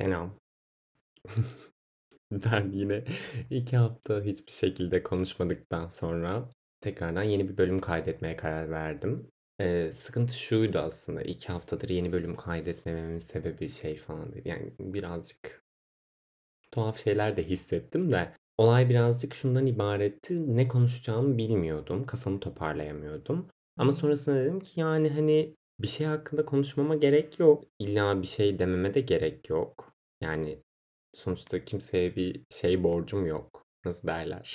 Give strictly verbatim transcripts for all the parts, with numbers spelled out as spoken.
Selam. Ben yine iki hafta hiçbir şekilde konuşmadıktan sonra tekrardan yeni bir bölüm kaydetmeye karar verdim. Ee, sıkıntı şuydu aslında. iki haftadır yeni bölüm kaydetmememin sebebi şey falan değil. Yani birazcık tuhaf şeyler de hissettim de. Olay birazcık şundan ibaretti. Ne konuşacağımı bilmiyordum. Kafamı toparlayamıyordum. Ama sonrasında dedim ki yani hani bir şey hakkında konuşmama gerek yok. İlla bir şey dememe de gerek yok. Yani sonuçta kimseye bir şey borcum yok. Nasıl derler?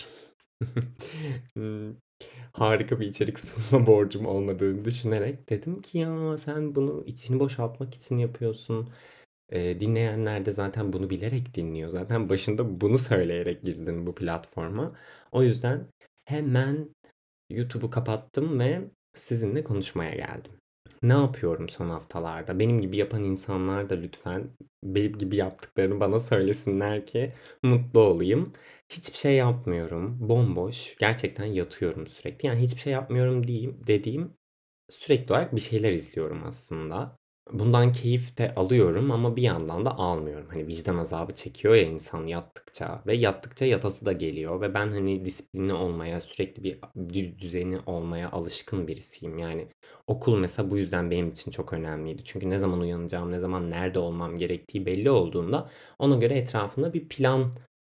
Hmm, Harika bir içerik sunma borcum olmadığını düşünerek dedim ki ya sen bunu içini boşaltmak için yapıyorsun. Ee, dinleyenler de zaten bunu bilerek dinliyor. Zaten başında bunu söyleyerek girdin bu platforma. O yüzden hemen YouTube'u kapattım ve sizinle konuşmaya geldim. Ne yapıyorum son haftalarda? Benim gibi yapan insanlar da lütfen benim gibi yaptıklarını bana söylesinler ki mutlu olayım. Hiçbir şey yapmıyorum. Bomboş. Gerçekten yatıyorum sürekli. Yani hiçbir şey yapmıyorum diyeyim, dediğim sürekli olarak bir şeyler izliyorum aslında. Bundan keyif de alıyorum ama bir yandan da almıyorum. Hani vicdan azabı çekiyor ya insan yattıkça ve yattıkça yatası da geliyor ve ben hani disiplinli olmaya, sürekli bir dü- düzeni olmaya alışkın birisiyim. Yani okul mesela bu yüzden benim için çok önemliydi. Çünkü ne zaman uyanacağım, ne zaman nerede olmam gerektiği belli olduğunda ona göre etrafında bir plan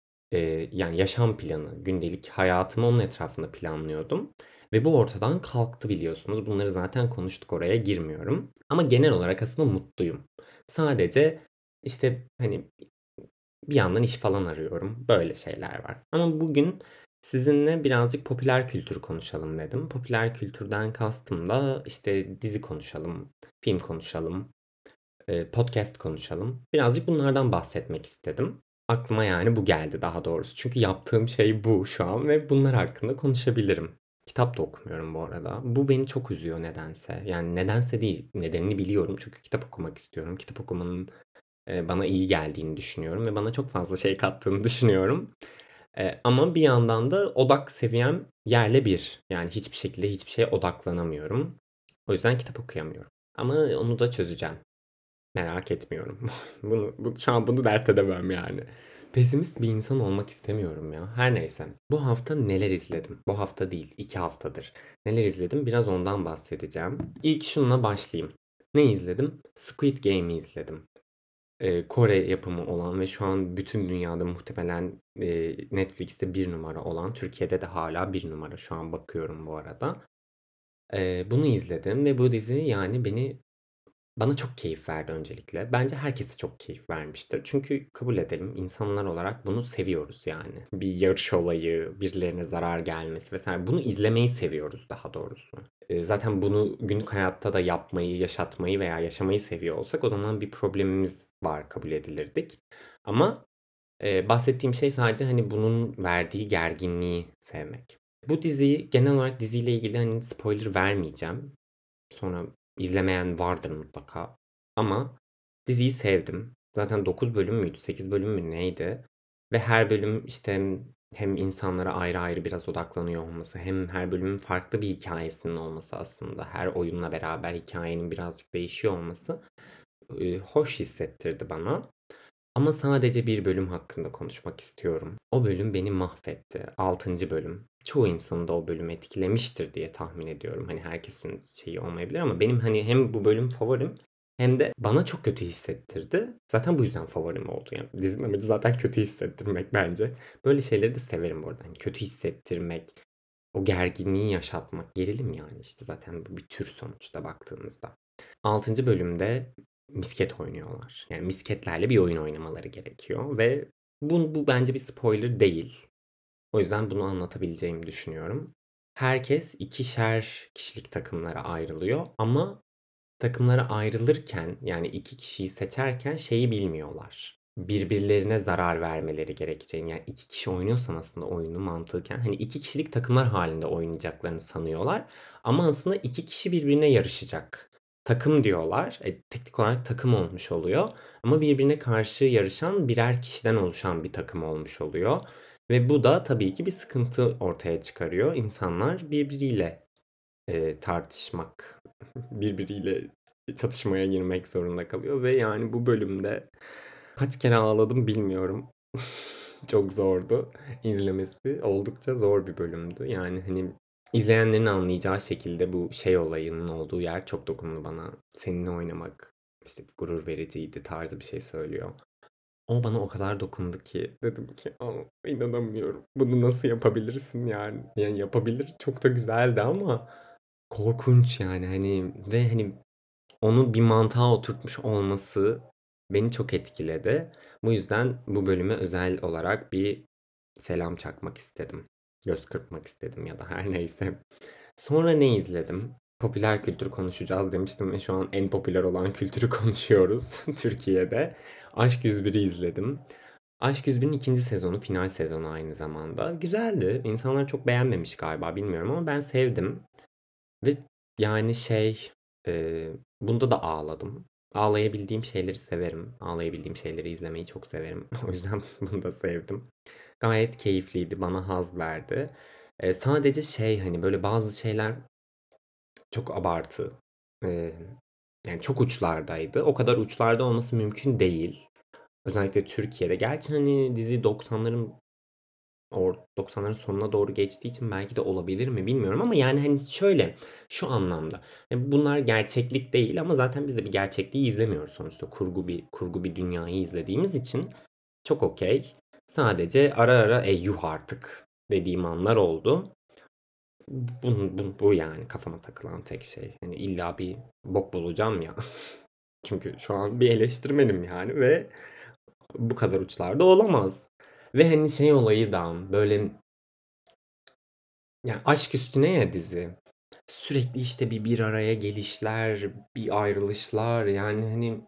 e, yani yaşam planı, gündelik hayatımı onun etrafında planlıyordum. Ve bu ortadan kalktı biliyorsunuz. Bunları zaten konuştuk, oraya girmiyorum. Ama genel olarak aslında mutluyum. Sadece işte hani bir yandan iş falan arıyorum. Böyle şeyler var. Ama bugün sizinle birazcık popüler kültür konuşalım dedim. Popüler kültürden kastım da işte dizi konuşalım, film konuşalım, e, podcast konuşalım. Birazcık bunlardan bahsetmek istedim. Aklıma yani bu geldi daha doğrusu. Çünkü yaptığım şey bu şu an ve bunlar hakkında konuşabilirim. Kitap da okumuyorum bu arada. Bu beni çok üzüyor nedense. Yani nedense değil, nedenini biliyorum. Çünkü kitap okumak istiyorum. Kitap okumanın e, bana iyi geldiğini düşünüyorum ve bana çok fazla şey kattığını düşünüyorum. E, ama bir yandan da odak seviyem yerle bir. Yani hiçbir şekilde hiçbir şeye odaklanamıyorum. O yüzden kitap okuyamıyorum. Ama onu da çözeceğim. Merak etmiyorum. Bunu, bu, şu an bunu dert edemem yani. Pesimist bir insan olmak istemiyorum ya. Her neyse. Bu hafta neler izledim? Bu hafta değil, iki haftadır. Neler izledim? Biraz ondan bahsedeceğim. İlk şununla başlayayım. Ne izledim? Squid Game'i izledim. Ee, Kore yapımı olan ve şu an bütün dünyada muhtemelen e, Netflix'te bir numara olan, Türkiye'de de hala bir numara. Şu an bakıyorum bu arada. Ee, bunu izledim ve bu dizi yani beni bana çok keyif verdi öncelikle. Bence herkese çok keyif vermiştir. Çünkü kabul edelim insanlar olarak bunu seviyoruz yani. Bir yarış olayı, birilerine zarar gelmesi vesaire. Bunu izlemeyi seviyoruz daha doğrusu. E, Zaten bunu günlük hayatta da yapmayı, yaşatmayı veya yaşamayı seviyor olsak o zaman bir problemimiz var kabul edilirdik. Ama e, bahsettiğim şey sadece hani bunun verdiği gerginliği sevmek. Bu diziyi genel olarak diziyle ilgili hani spoiler vermeyeceğim. Sonra izlemeyen vardır mutlaka. Ama diziyi sevdim. Zaten dokuz bölüm müydü, sekiz bölüm mü neydi? Ve her bölüm işte hem, hem insanlara ayrı ayrı biraz odaklanıyor olması, hem her bölümün farklı bir hikayesinin olması aslında. Her oyunla beraber hikayenin birazcık değişiyor olması e, hoş hissettirdi bana. Ama sadece bir bölüm hakkında konuşmak istiyorum. O bölüm beni mahvetti. Altıncı bölüm. Çoğu insanı da o bölüm etkilemiştir diye tahmin ediyorum. Hani herkesin şeyi olmayabilir ama benim hani hem bu bölüm favorim hem de bana çok kötü hissettirdi. Zaten bu yüzden favorim oldu. Yani dizinin amacı zaten kötü hissettirmek bence. Böyle şeyleri de severim bu arada. Hani kötü hissettirmek, o gerginliği yaşatmak, gerilim yani işte zaten bu bir tür sonuçta baktığınızda. Altıncı bölümde misket oynuyorlar. Yani misketlerle bir oyun oynamaları gerekiyor ve bu, bu bence bir spoiler değil. O yüzden bunu anlatabileceğimi düşünüyorum. Herkes ikişer kişilik takımlara ayrılıyor ama takımlara ayrılırken yani iki kişiyi seçerken şeyi bilmiyorlar. Birbirlerine zarar vermeleri gerekeceğini yani iki kişi oynuyorsan aslında oyunu mantıken hani iki kişilik takımlar halinde oynayacaklarını sanıyorlar. Ama aslında iki kişi birbirine yarışacak. Takım diyorlar. E, teknik olarak takım olmuş oluyor. Ama birbirine karşı yarışan birer kişiden oluşan bir takım olmuş oluyor. Ve bu da tabii ki bir sıkıntı ortaya çıkarıyor. İnsanlar birbiriyle e, tartışmak, birbiriyle çatışmaya girmek zorunda kalıyor ve yani bu bölümde Kaç kere ağladım bilmiyorum. Çok zordu izlemesi. Oldukça zor bir bölümdü. Yani hani izleyenlerin anlayacağı şekilde bu şey olayının olduğu yer çok dokundu bana. Seninle oynamak işte gurur vericiydi tarzı bir şey söylüyor. O bana o kadar dokundu ki dedim ki "Aa, inanamıyorum. Bunu nasıl yapabilirsin yani? Yani yapabilir. Çok da güzeldi ama korkunç yani hani ve hani onu bir mantığa oturtmuş olması beni çok etkiledi. Bu yüzden bu bölüme özel olarak bir selam çakmak istedim. Göz kırpmak istedim ya da her neyse. Sonra ne izledim? Popüler kültür konuşacağız demiştim ve şu an en popüler olan kültürü konuşuyoruz Türkiye'de. Aşk yüz biri izledim. Aşk yüz birin ikinci sezonu, final sezonu aynı zamanda. Güzeldi. İnsanlar çok beğenmemiş galiba bilmiyorum ama ben sevdim. Ve yani şey, e, bunda da ağladım. Ağlayabildiğim şeyleri severim. Ağlayabildiğim şeyleri izlemeyi çok severim. O yüzden bunu da sevdim. Gayet keyifliydi, bana haz verdi. E, sadece şey hani böyle bazı şeyler çok abartı. E, Yani çok uçlardaydı. O kadar uçlarda olması mümkün değil. Özellikle Türkiye'de. Gerçi hani dizi doksanların or doksanların sonuna doğru geçtiği için belki de olabilir mi bilmiyorum ama yani hani şöyle şu anlamda. e, Bunlar gerçeklik değil ama zaten biz de bir gerçekliği izlemiyoruz sonuçta. Kurgu bir kurgu bir dünyayı izlediğimiz için çok okey. Sadece ara ara e yuh artık dediğim anlar oldu. Bu, bu, bu yani kafama takılan tek şey. Hani illa bir bok bulacağım ya. Çünkü şu an bir eleştirmenim yani ve bu kadar uçlarda olamaz. Ve hani şey olayı da böyle yani aşk üstüne ya dizi. Sürekli işte bir bir araya gelişler, bir ayrılışlar yani hani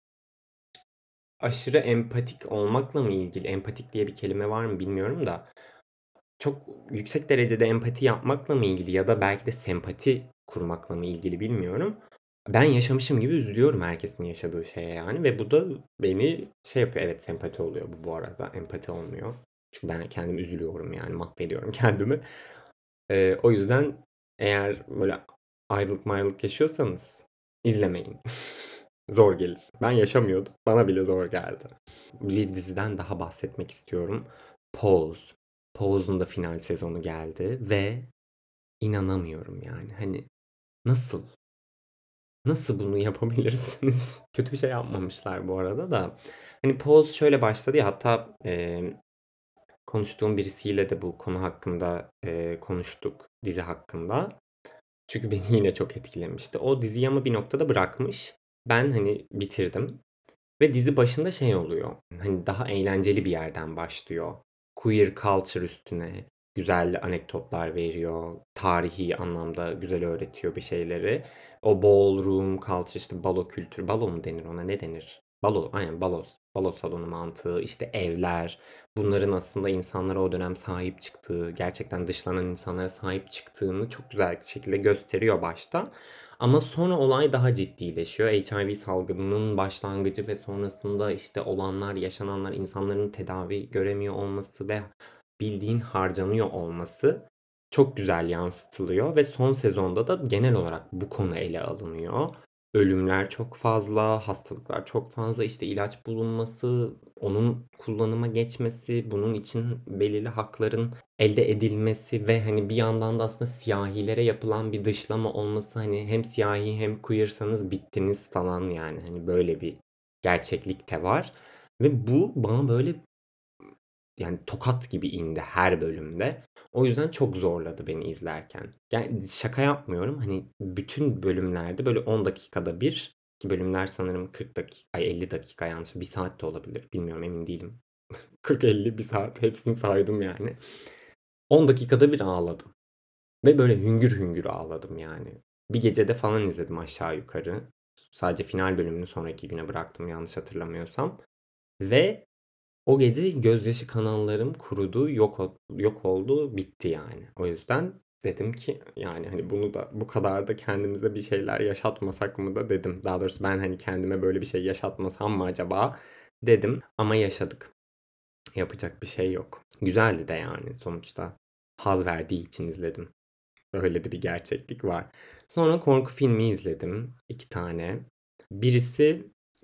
aşırı empatik olmakla mı ilgili? Empatik diye bir kelime var mı bilmiyorum da çok yüksek derecede empati yapmakla mı ilgili ya da belki de sempati kurmakla mı ilgili bilmiyorum. Ben yaşamışım gibi üzülüyorum herkesin yaşadığı şeye yani ve bu da beni şey yapıyor. Evet sempati oluyor bu bu arada. Empati olmuyor. Çünkü ben kendim üzülüyorum yani mahvediyorum kendimi. Ee, o yüzden eğer böyle ayrılık mayrılık yaşıyorsanız izlemeyin. Zor gelir. Ben yaşamıyordum. Bana bile zor geldi. Bir diziden daha bahsetmek istiyorum. Pose. Pose'un da final sezonu geldi ve inanamıyorum yani. Hani nasıl? Nasıl bunu yapabilirsiniz? Kötü bir şey yapmamışlar bu arada da. Hani Pose şöyle başladı ya hatta e, konuştuğum birisiyle de bu konu hakkında e, konuştuk. Dizi hakkında. Çünkü beni yine çok etkilemişti. O diziyi ama bir noktada bırakmış. Ben hani bitirdim. Ve dizi başında şey oluyor. Hani daha eğlenceli bir yerden başlıyor. Queer culture üstüne güzel anekdotlar veriyor. Tarihi anlamda güzel öğretiyor bir şeyleri. O ballroom culture işte balo kültürü. Balo mu denir ona ne denir? Balo aynen balo. Balo salonu mantığı işte evler. Bunların aslında insanlara o dönem sahip çıktığı, gerçekten dışlanan insanlara sahip çıktığını çok güzel bir şekilde gösteriyor başta. Ama sonra olay daha ciddileşiyor. H I V salgınının başlangıcı ve sonrasında işte olanlar, yaşananlar, insanların tedavi göremiyor olması ve bildiğin harcanıyor olması çok güzel yansıtılıyor ve son sezonda da genel olarak bu konu ele alınıyor. Ölümler çok fazla, hastalıklar çok fazla, işte ilaç bulunması, onun kullanıma geçmesi, bunun için belirli hakların elde edilmesi ve hani bir yandan da aslında siyahilere yapılan bir dışlama olması hani hem siyahi hem queersanız bittiniz falan yani hani böyle bir gerçeklik de var. Ve bu bana böyle yani tokat gibi indi her bölümde. O yüzden çok zorladı beni izlerken. Yani şaka yapmıyorum. Hani bütün bölümlerde böyle on dakikada bir ki bölümler sanırım kırk dakika, ay elli dakika yanlış. Bir saat de olabilir. Bilmiyorum emin değilim. kırk elli bir saat hepsini saydım yani. on dakikada bir ağladım. Ve böyle hüngür hüngür ağladım yani. Bir gecede falan izledim aşağı yukarı. Sadece final bölümünü sonraki güne bıraktım yanlış hatırlamıyorsam. Ve o gece gözyaşı kanallarım kurudu, yok yok oldu, bitti yani. O yüzden dedim ki yani hani bunu da bu kadar da kendimize bir şeyler yaşatmasak mı da dedim. Daha doğrusu ben hani kendime böyle bir şey yaşatmasam mı acaba dedim ama yaşadık. Yapacak bir şey yok. Güzeldi de yani sonuçta. Haz verdiği için izledim. Öyle de bir gerçeklik var. Sonra korku filmi izledim. İki tane. Birisi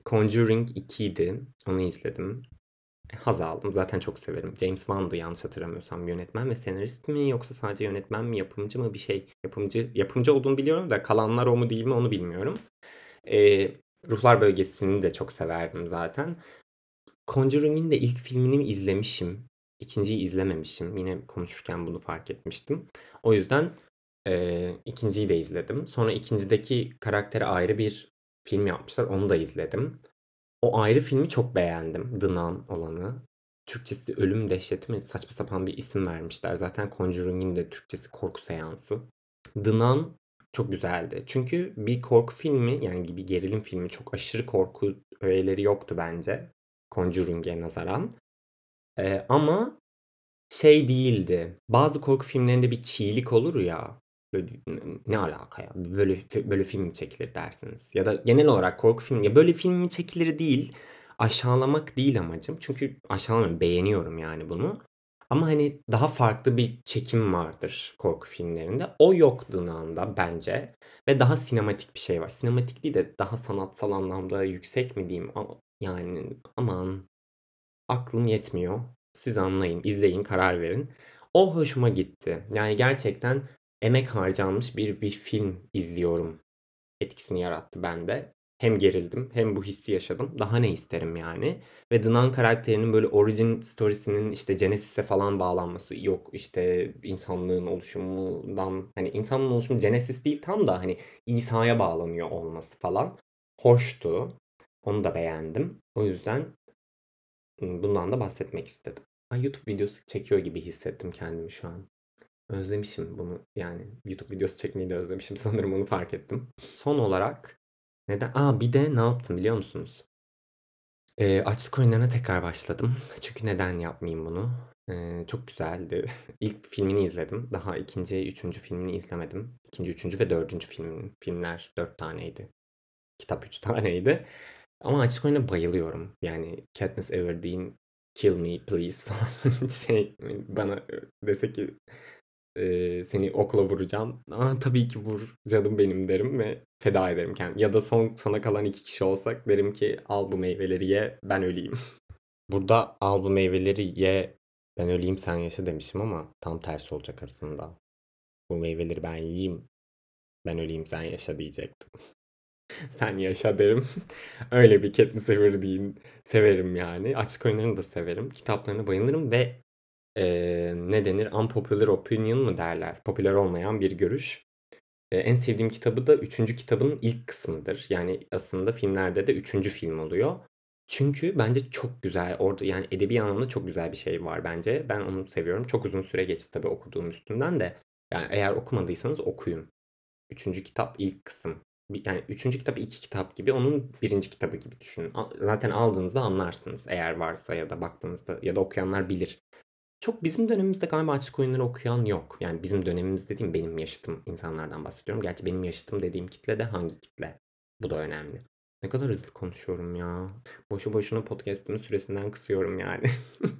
Conjuring ikiydi. Onu izledim. Haz aldım. Zaten çok severim. James Wan'dı yanlış hatırlamıyorsam yönetmen ve senarist mi yoksa sadece yönetmen mi yapımcı mı bir şey. Yapımcı yapımcı olduğunu biliyorum da kalanlar o mu değil mi onu bilmiyorum. Ee, Ruhlar Bölgesi'ni de çok severdim zaten. Conjuring'in de ilk filmini izlemişim. İkinciyi izlememişim. Yine konuşurken bunu fark etmiştim. O yüzden eee, ikinciyi de izledim. Sonra ikincideki karaktere ayrı bir film yapmışlar. Onu da izledim. O ayrı filmi çok beğendim. The Nun olanı. Türkçesi Ölüm Dehşeti mi? Saçma sapan bir isim vermişler. Zaten Conjuring'in de Türkçesi Korku Seansı. The Nun çok güzeldi. Çünkü bir korku filmi yani bir gerilim filmi çok aşırı korku öğeleri yoktu bence. Conjuring'e nazaran. Ee, ama şey değildi. Bazı korku filmlerinde bir çiğlik olur ya. Böyle ne alaka ya? Böyle böyle film mi çekilir dersiniz. Ya da genel olarak korku filmi ya böyle film mi çekilir değil. Aşağılamak değil amacım. Çünkü aşağılamıyorum. Beğeniyorum yani bunu. Ama hani daha farklı bir çekim vardır korku filmlerinde. O yok Dınağında bence. Ve daha sinematik bir şey var. Sinematik değil de daha sanatsal anlamda yüksek mi diyeyim? Yani aman aklım yetmiyor. Siz anlayın, izleyin, karar verin. O hoşuma gitti. Yani gerçekten emek harcanmış bir bir film izliyorum etkisini yarattı bende. Hem gerildim hem bu hissi yaşadım. Daha ne isterim yani. Ve The Nun karakterinin böyle origin storiesinin işte Genesis'e falan bağlanması. Yok işte insanlığın oluşumundan hani insanlığın oluşumu Genesis değil tam da hani İsa'ya bağlanıyor olması falan. Hoştu. Onu da beğendim. O yüzden bundan da bahsetmek istedim. Ay, YouTube videosu çekiyor gibi hissettim kendimi şu an. Özlemişim bunu yani YouTube videosu çekmeyi de özlemişim sanırım onu fark ettim. Son olarak neden? Aa bir de ne yaptım biliyor musunuz? Ee, açlık oyunlarına tekrar başladım. Çünkü neden yapmayayım bunu? Ee, çok güzeldi. İlk filmini izledim. Daha ikinci, üçüncü filmini izlemedim. İkinci, üçüncü ve dördüncü filmin. Filmler dört taneydi. Kitap üç taneydi. Ama açık oyuna bayılıyorum. Yani Katniss Everdeen kill me please falan şey bana dese ki e, seni okla vuracağım. Aa, tabii ki vur canım benim derim ve feda ederim kendimi. Ya da son sona kalan iki kişi olsak derim ki al bu meyveleri ye ben öleyim. Burada al bu meyveleri ye ben öleyim sen yaşa demişim ama tam tersi olacak aslında. Bu meyveleri ben yiyeyim ben öleyim sen yaşa diyecektim. Sen yaşa derim. Öyle bir Katniss Everdeen severim yani. Açık oyunlarını da severim. Kitaplarına bayılırım ve eee, ne denir? Unpopular opinion mı derler? Popüler olmayan bir görüş. Eee, en sevdiğim kitabı da üçüncü kitabın ilk kısmıdır. Yani aslında filmlerde de üçüncü film oluyor. Çünkü bence çok güzel. Orada yani edebi anlamda çok güzel bir şey var bence. Ben onu seviyorum. Çok uzun süre geçti tabii okuduğum üstünden de. Yani eğer okumadıysanız okuyun. Üçüncü kitap ilk kısım. Yani üçüncü kitap iki kitap gibi onun birinci kitabı gibi düşünün. Zaten aldığınızda anlarsınız eğer varsa ya da baktığınızda ya da okuyanlar bilir. Çok bizim dönemimizde galiba açık oyunları okuyan yok. Yani bizim dönemimiz dediğim benim yaşıtım insanlardan bahsediyorum. Gerçi benim yaşıtım dediğim kitle de hangi kitle? Bu da önemli. Ne kadar hızlı konuşuyorum ya. Boşu boşuna podcast'imin süresinden kısıyorum yani.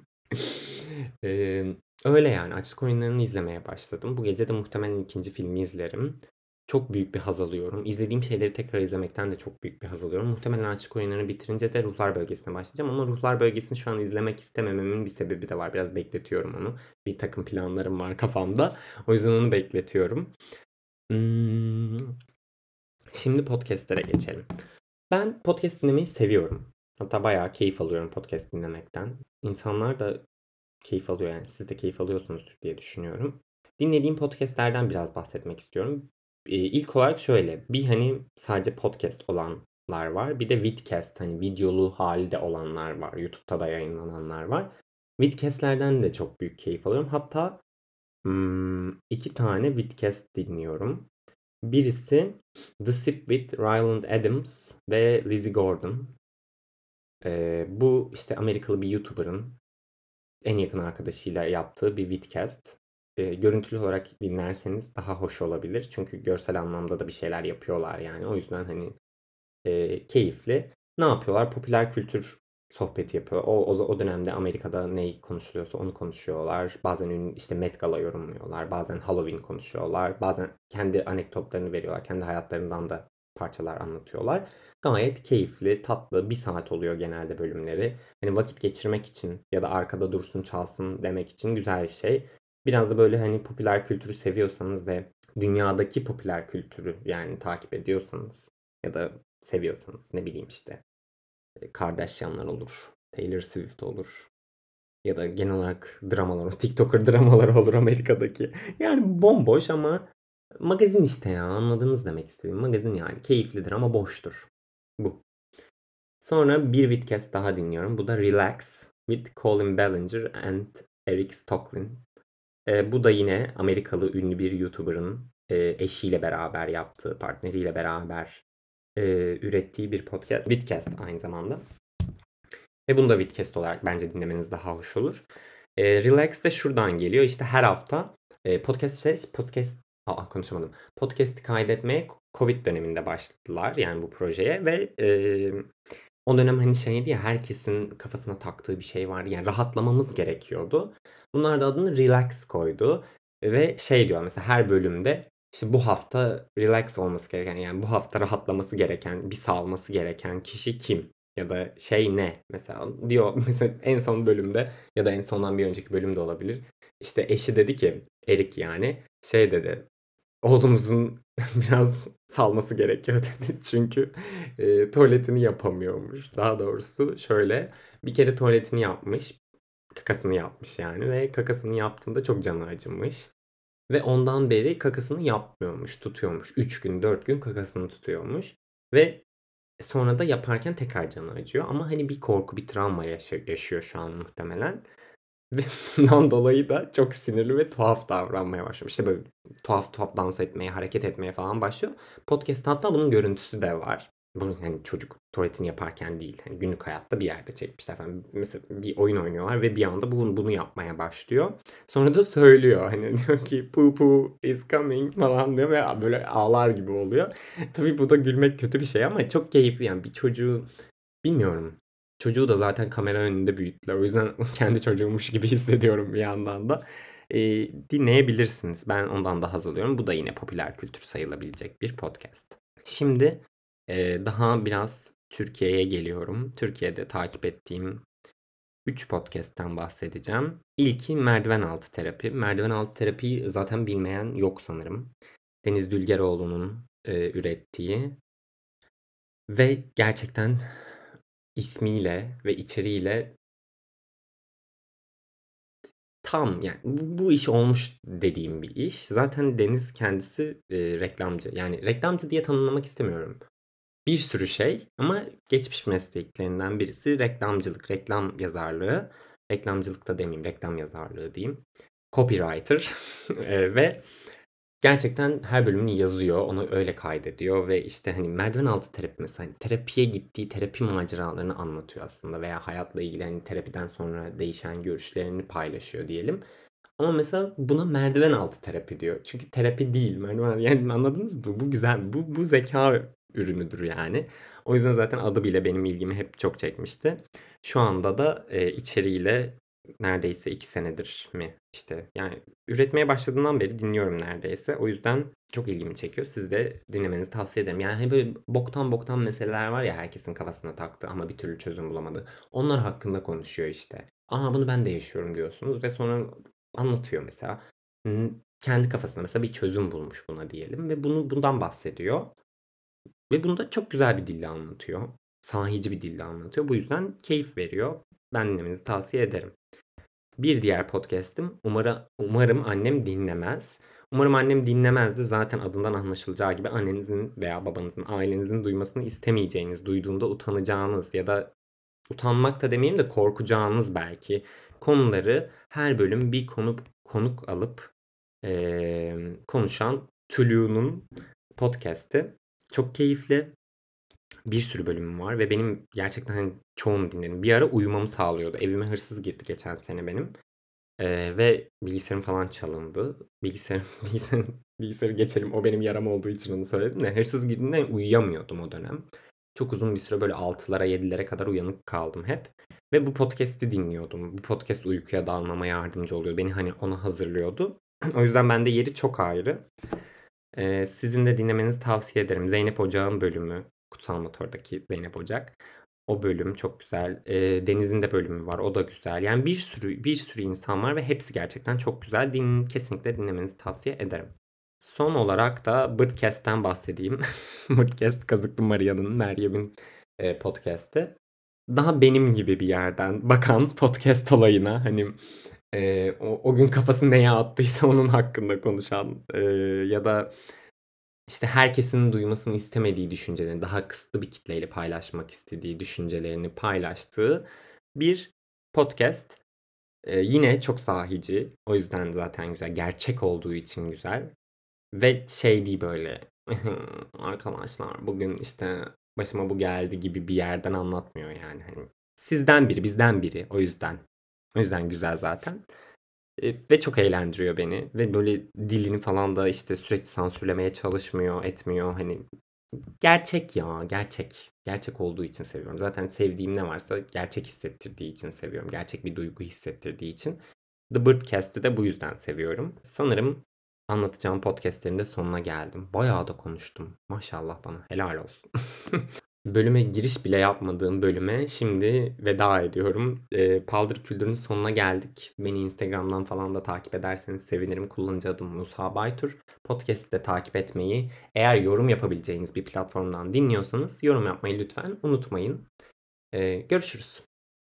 Eee, Öyle yani açlık oyunlarını izlemeye başladım. Bu gece de muhtemelen ikinci filmi izlerim. Çok büyük bir haz alıyorum. İzlediğim şeyleri tekrar izlemekten de çok büyük bir haz alıyorum. Muhtemelen açlık oyunlarını bitirince de Ruhlar Bölgesi'ne başlayacağım. Ama Ruhlar Bölgesi'ni şu an izlemek istemememin bir sebebi de var. Biraz bekletiyorum onu. Bir takım planlarım var kafamda. O yüzden onu bekletiyorum. Hmm, Şimdi podcastlere geçelim. Ben podcast dinlemeyi seviyorum. Hatta bayağı keyif alıyorum podcast dinlemekten. İnsanlar da keyif alıyor yani. Siz de keyif alıyorsunuzdur diye düşünüyorum. Dinlediğim podcastlerden biraz bahsetmek istiyorum. Ee, ilk olarak şöyle. Bir hani sadece podcast olanlar var. Bir de vidcast hani videolu halde olanlar var. YouTube'da da yayınlananlar var. Vidcastlerden de çok büyük keyif alıyorum. Hatta hmm, iki tane vidcast dinliyorum. Birisi The Sip with Ryland Adams ve Lizzie Gordon. Ee, bu işte Amerikalı bir YouTuber'ın en yakın arkadaşıyla yaptığı bir vidcast. Ee, görüntülü olarak dinlerseniz daha hoş olabilir. Çünkü görsel anlamda da bir şeyler yapıyorlar yani. O yüzden hani e, keyifli. Ne yapıyorlar? Popüler kültür sohbeti yapıyor. O, o, o dönemde Amerika'da ne konuşuluyorsa onu konuşuyorlar. Bazen ünlü, işte Met Gala yorumluyorlar. Bazen Halloween konuşuyorlar. Bazen kendi anekdotlarını veriyorlar. Kendi hayatlarından da parçalar anlatıyorlar. Gayet keyifli, tatlı. Bir saat oluyor genelde bölümleri. Hani vakit geçirmek için ya da arkada dursun çalsın demek için güzel bir şey. Biraz da böyle hani popüler kültürü seviyorsanız ve dünyadaki popüler kültürü yani takip ediyorsanız ya da seviyorsanız ne bileyim işte Kardashianlar olur, Taylor Swift olur ya da genel olarak dramalar olur, TikToker dramaları olur Amerika'daki. Yani bomboş ama magazin işte ya anladınız demek istediğim. Magazin yani keyiflidir ama boştur. Bu. Sonra bir vidcast daha dinliyorum. Bu da Relax with Colin Ballinger and Eric Stocklin. E, bu da yine Amerikalı ünlü bir YouTuber'ın e, eşiyle beraber yaptığı, partneriyle beraber e, ürettiği bir podcast. Vidcast aynı zamanda. Ve bunu da vidcast olarak bence dinlemeniz daha hoş olur. E, Relax de şuradan geliyor. İşte her hafta e, podcast şey, podcast Aa, konuşamadım. Podcast'i kaydetmeye Covid döneminde başladılar yani bu projeye ve e, o dönem hani şeydi ya herkesin kafasına taktığı bir şey vardı. Yani rahatlamamız gerekiyordu. Bunlar da adını Relax koydu. Ve şey diyor mesela her bölümde işte bu hafta relax olması gereken yani bu hafta rahatlaması gereken bir salması gereken kişi kim? Ya da şey ne? Mesela diyor mesela en son bölümde ya da en sondan bir önceki bölümde olabilir. İşte eşi dedi ki Erik yani şey dedi oğlumuzun biraz salması gerekiyor dedi. Çünkü e, tuvaletini yapamıyormuş. Daha doğrusu şöyle bir kere tuvaletini yapmış. Kakasını yapmış yani ve kakasını yaptığında çok canı acımış. Ve ondan beri kakasını yapmıyormuş, tutuyormuş. üç gün, dört gün kakasını tutuyormuş. Ve sonra da yaparken tekrar canı acıyor. Ama hani bir korku, bir travma yaşıyor şu an muhtemelen. Ve bundan dolayı da çok sinirli ve tuhaf davranmaya başlıyor. İşte böyle tuhaf tuhaf dans etmeye, hareket etmeye falan başlıyor. Podcast'ta hatta bunun görüntüsü de var. Bu hani çocuk tuvaletini yaparken değil. Hani günlük hayatta bir yerde çekmişler falan. Mesela bir oyun oynuyorlar ve bir anda bunu, bunu yapmaya başlıyor. Sonra da söylüyor. Hani diyor ki poo poo is coming falan diyor ve böyle ağlar gibi oluyor. Tabii bu da gülmek kötü bir şey ama çok keyifli. Yani bir çocuğu bilmiyorum. Çocuğu da zaten kamera önünde büyüttüler. O yüzden kendi çocuğummuş gibi hissediyorum bir yandan da. Ee, dinleyebilirsiniz. Ben ondan da haz alıyorum. Bu da yine popüler kültür sayılabilecek bir podcast. Şimdi e, daha biraz Türkiye'ye geliyorum. Türkiye'de takip ettiğim üç podcast'ten bahsedeceğim. İlki Merdiven Altı Terapi. Merdiven Altı Terapiyi zaten bilmeyen yok sanırım. Deniz Dülgeroğlu'nun e, ürettiği ve gerçekten ismiyle ve içeriğiyle tam yani bu, bu iş olmuş dediğim bir iş. Zaten Deniz kendisi e, reklamcı. Yani reklamcı diye tanımlamak istemiyorum. Bir sürü şey ama geçmiş mesleklerinden birisi reklamcılık, reklam yazarlığı. Reklamcılık da demeyeyim, reklam yazarlığı diyeyim. Copywriter E, ve gerçekten her bölümünü yazıyor, onu öyle kaydediyor ve işte hani merdiven altı terapi mesela hani terapiye gittiği terapi maceralarını anlatıyor aslında veya hayatla ilgili hani terapiden sonra değişen görüşlerini paylaşıyor diyelim. Ama mesela buna merdiven altı terapi diyor. Çünkü terapi değil merdiven yani anladınız mı? Bu güzel, bu bu zeka ürünüdür yani. O yüzden zaten adı bile benim ilgimi hep çok çekmişti. Şu anda da e, içeriğiyle neredeyse iki senedir mi işte yani üretmeye başladığından beri dinliyorum neredeyse. O yüzden çok ilgimi çekiyor. Siz de dinlemenizi tavsiye ederim. Yani hani böyle boktan boktan meseleler var ya herkesin kafasına taktı ama bir türlü çözüm bulamadı. Onlar hakkında konuşuyor işte. Aa bunu ben de yaşıyorum diyorsunuz ve sonra anlatıyor mesela. Kendi kafasında mesela bir çözüm bulmuş buna diyelim ve bunu bundan bahsediyor. Ve bunu da çok güzel bir dille anlatıyor. Sahici bir dille anlatıyor. Bu yüzden keyif veriyor. Ben dinlemenizi tavsiye ederim. Bir diğer podcast'im umarım, umarım annem dinlemez. Umarım annem dinlemez de zaten adından anlaşılacağı gibi annenizin veya babanızın, ailenizin duymasını istemeyeceğiniz, duyduğunda utanacağınız ya da utanmak da demeyeyim de korkacağınız belki konuları her bölüm bir konuk konuk alıp eee, konuşan Tulu'nun podcast'i. Çok keyifli. Bir sürü bölümüm var ve benim gerçekten hani çoğunu dinledim. Bir ara uyumamı sağlıyordu. Evime hırsız girdi geçen sene benim. Ee, ve bilgisayarım falan çalındı. Bilgisayarım, bilgisayarım, bilgisayarı geçelim. O benim yaram olduğu için onu söyledim de. Hırsız girdiğinde uyuyamıyordum o dönem. Çok uzun bir süre böyle altılara yedilere kadar uyanık kaldım hep. Ve bu podcast'i dinliyordum. Bu podcast uykuya dalmama yardımcı oluyor. Beni hani ona hazırlıyordu. O yüzden bende yeri çok ayrı. Ee, sizin de dinlemenizi tavsiye ederim. Zeynep Ocak'ın bölümü. Kutsal Motor'daki Zeynep Ocak. O bölüm çok güzel. Ee, Deniz'in de bölümü var. O da güzel. Yani bir sürü bir sürü insan var ve hepsi gerçekten çok güzel. Din, kesinlikle dinlemenizi tavsiye ederim. Son olarak da Birdcast'ten bahsedeyim. Birdcast Kazıklı Maria'nın, Meryem'in e, podcast'i. Daha benim gibi bir yerden bakan podcast olayına hani e, o, o gün kafası neye attıysa onun hakkında konuşan e, ya da işte herkesin duymasını istemediği düşüncelerini daha kısıtlı bir kitleyle paylaşmak istediği düşüncelerini paylaştığı bir podcast. E, yine çok sahici. O yüzden zaten güzel. Gerçek olduğu için güzel. Ve şey değil böyle arkadaşlar bugün işte başıma bu geldi gibi bir yerden anlatmıyor yani. Hani sizden biri, bizden biri. O yüzden. O yüzden güzel zaten. E, ve çok eğlendiriyor beni. Ve böyle dilini falan da işte sürekli sansürlemeye çalışmıyor, etmiyor. Hani gerçek ya, gerçek. Gerçek olduğu için seviyorum. Zaten sevdiğim ne varsa gerçek hissettirdiği için seviyorum. Gerçek bir duygu hissettirdiği için. The Birdcast'i de bu yüzden seviyorum. Sanırım anlatacağım podcastlerin de sonuna geldim. Bayağı da konuştum. Maşallah bana. Helal olsun. Bölüme giriş bile yapmadığım bölüme şimdi veda ediyorum. Ee, Paldır Küldür'ün sonuna geldik. Beni Instagram'dan falan da takip ederseniz sevinirim. Kullanıcı adım Musa Baytur. Podcast'i de takip etmeyi, eğer yorum yapabileceğiniz bir platformdan dinliyorsanız yorum yapmayı lütfen unutmayın. Ee, görüşürüz.